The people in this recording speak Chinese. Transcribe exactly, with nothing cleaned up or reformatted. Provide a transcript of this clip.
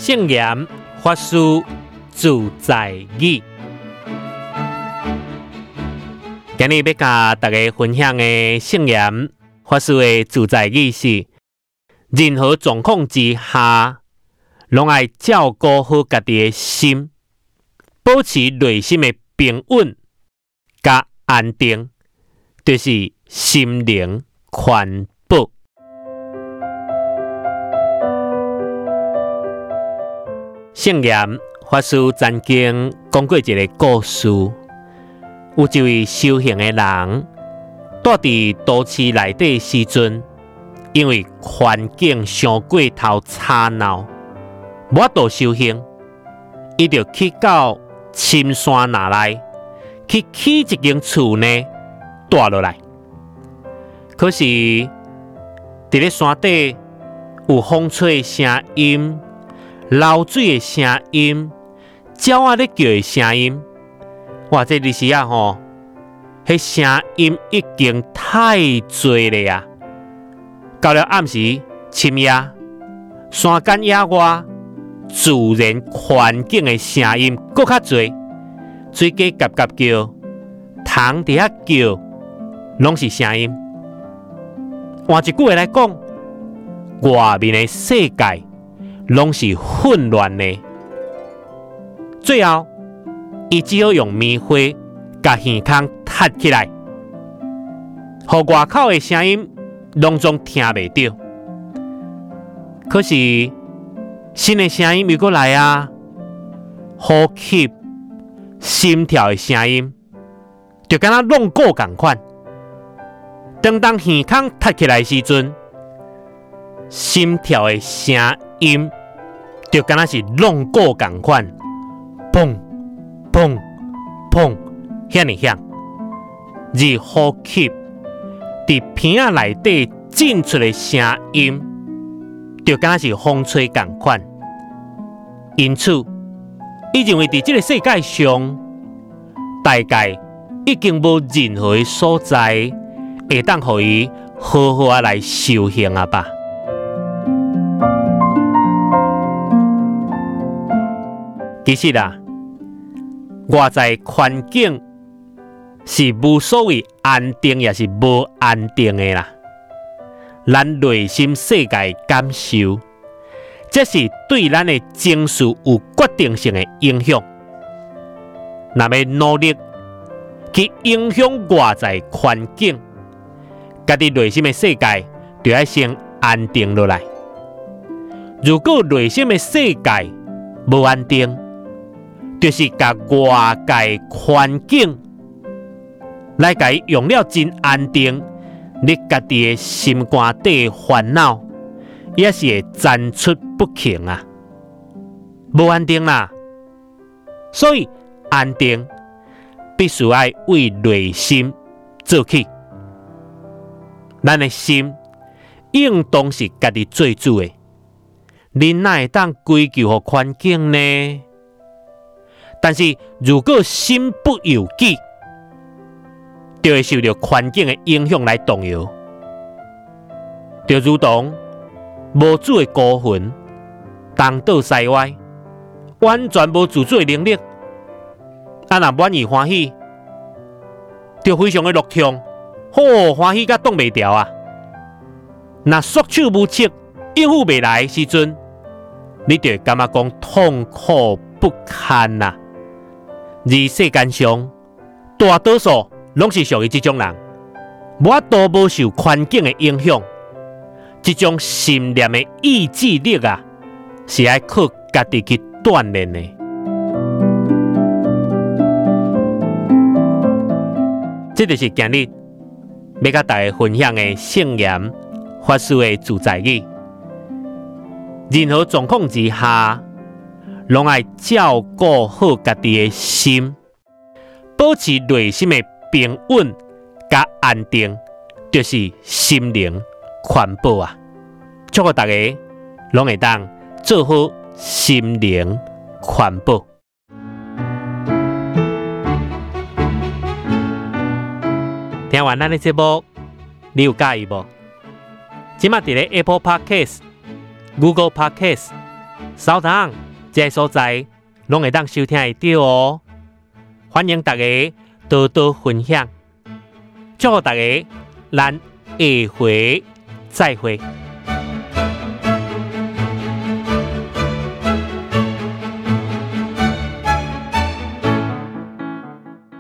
圣严法师自在语，今日要甲大家分享的圣严法师的自在语是：任何状况之下，拢爱照顾好家己的心，保持内心的平稳甲安定，就是心灵宽保。圣严法师曾经讲过一个故事，有一位修行的人，住伫都市内底时阵，因为环境伤过头吵闹，无法度修行，伊就去到深山那内去起一间厝呢，住落来。可是伫咧山底有风吹的声音、流水的声音、鸟仔咧叫的声音，哇！这日时啊吼，迄声音已经太多了啊！到了暗时、深夜，山间野外自然环境的声音搁较多，水鸡夹夹叫，虫伫遐叫，拢是声音。换一句话来讲，外面的世界拢是混乱的。最后，伊只好用棉花甲耳孔贴起来，互外口的声音拢总听袂到。可是新的声音又过来啊，呼吸、心跳的声音，就敢若弄鼓共款。当当耳孔贴起来的时阵，心跳的声音就敢若是弄鼓共款，砰砰砰，遐尼响。而呼吸伫鼻仔内底进出的声音，就敢若是风吹共款。因此，伊认为伫这个世界上，大概已经无任何的所在会当互伊好好啊来修行啊吧。其实啊，外在环境是无所谓安定，也是无安定的啦。咱内心世界感受，这是对咱的情绪有决定性的影响。若要努力去影响外在环境，家己内心的世界就要先安定落来。如果内心的世界无安定，就是甲外界环境来甲伊用了真安定，你家己的心肝底烦恼也是会层出不穷啊！无安定啦，所以安定必须要为内心做起。咱的心应当是家己做主的，你哪会当归咎予环境呢？但是如果心不由己，就会受到环境的影响来动摇，就如同无主的孤魂东倒西歪，完全无自主的能力。啊，若满意欢喜，就非常的落痛，好欢喜甲挡袂牢啊！若束手无策，应付袂来的时阵，你就会感觉讲痛苦不堪呐、啊。而世间上大多数拢是属于这种人，无法度无受环境的影响，这种信念的意志力啊，是要靠家己去锻炼的。这就是今日要甲大家分享的圣严法师的自在语。任何状况之下，拢爱照顾好家己的心，保持内心的平稳甲安定，就是心灵宽保啊！祝福大家拢会当做好心灵宽保。听完咱的节目，你有介意无？即马伫咧 Apple Podcast、Google Podcast、 稍等，这个所在拢会当收听得到哦。欢迎大家多多分享，祝福大家，咱下回再会。